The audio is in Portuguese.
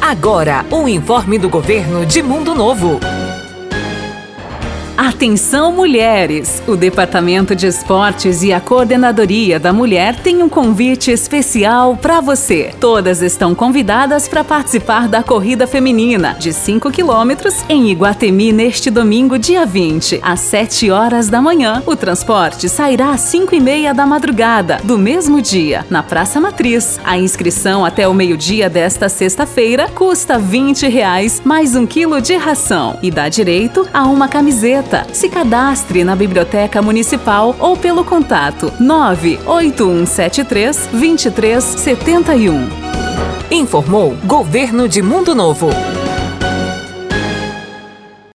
Agora, o informe do governo de Mundo Novo. Atenção, mulheres! O Departamento de Esportes e a Coordenadoria da Mulher tem um convite especial para você. Todas estão convidadas para participar da corrida feminina de 5 quilômetros em Iguatemi neste domingo, dia 20, às 7 horas da manhã. O transporte sairá às 5h30 da madrugada do mesmo dia, na Praça Matriz. A inscrição até o meio-dia desta sexta-feira custa R$20 mais 1 quilo de ração e dá direito a uma camiseta. Se cadastre na Biblioteca Municipal ou pelo contato 98173-2371. Informou Governo de Mundo Novo.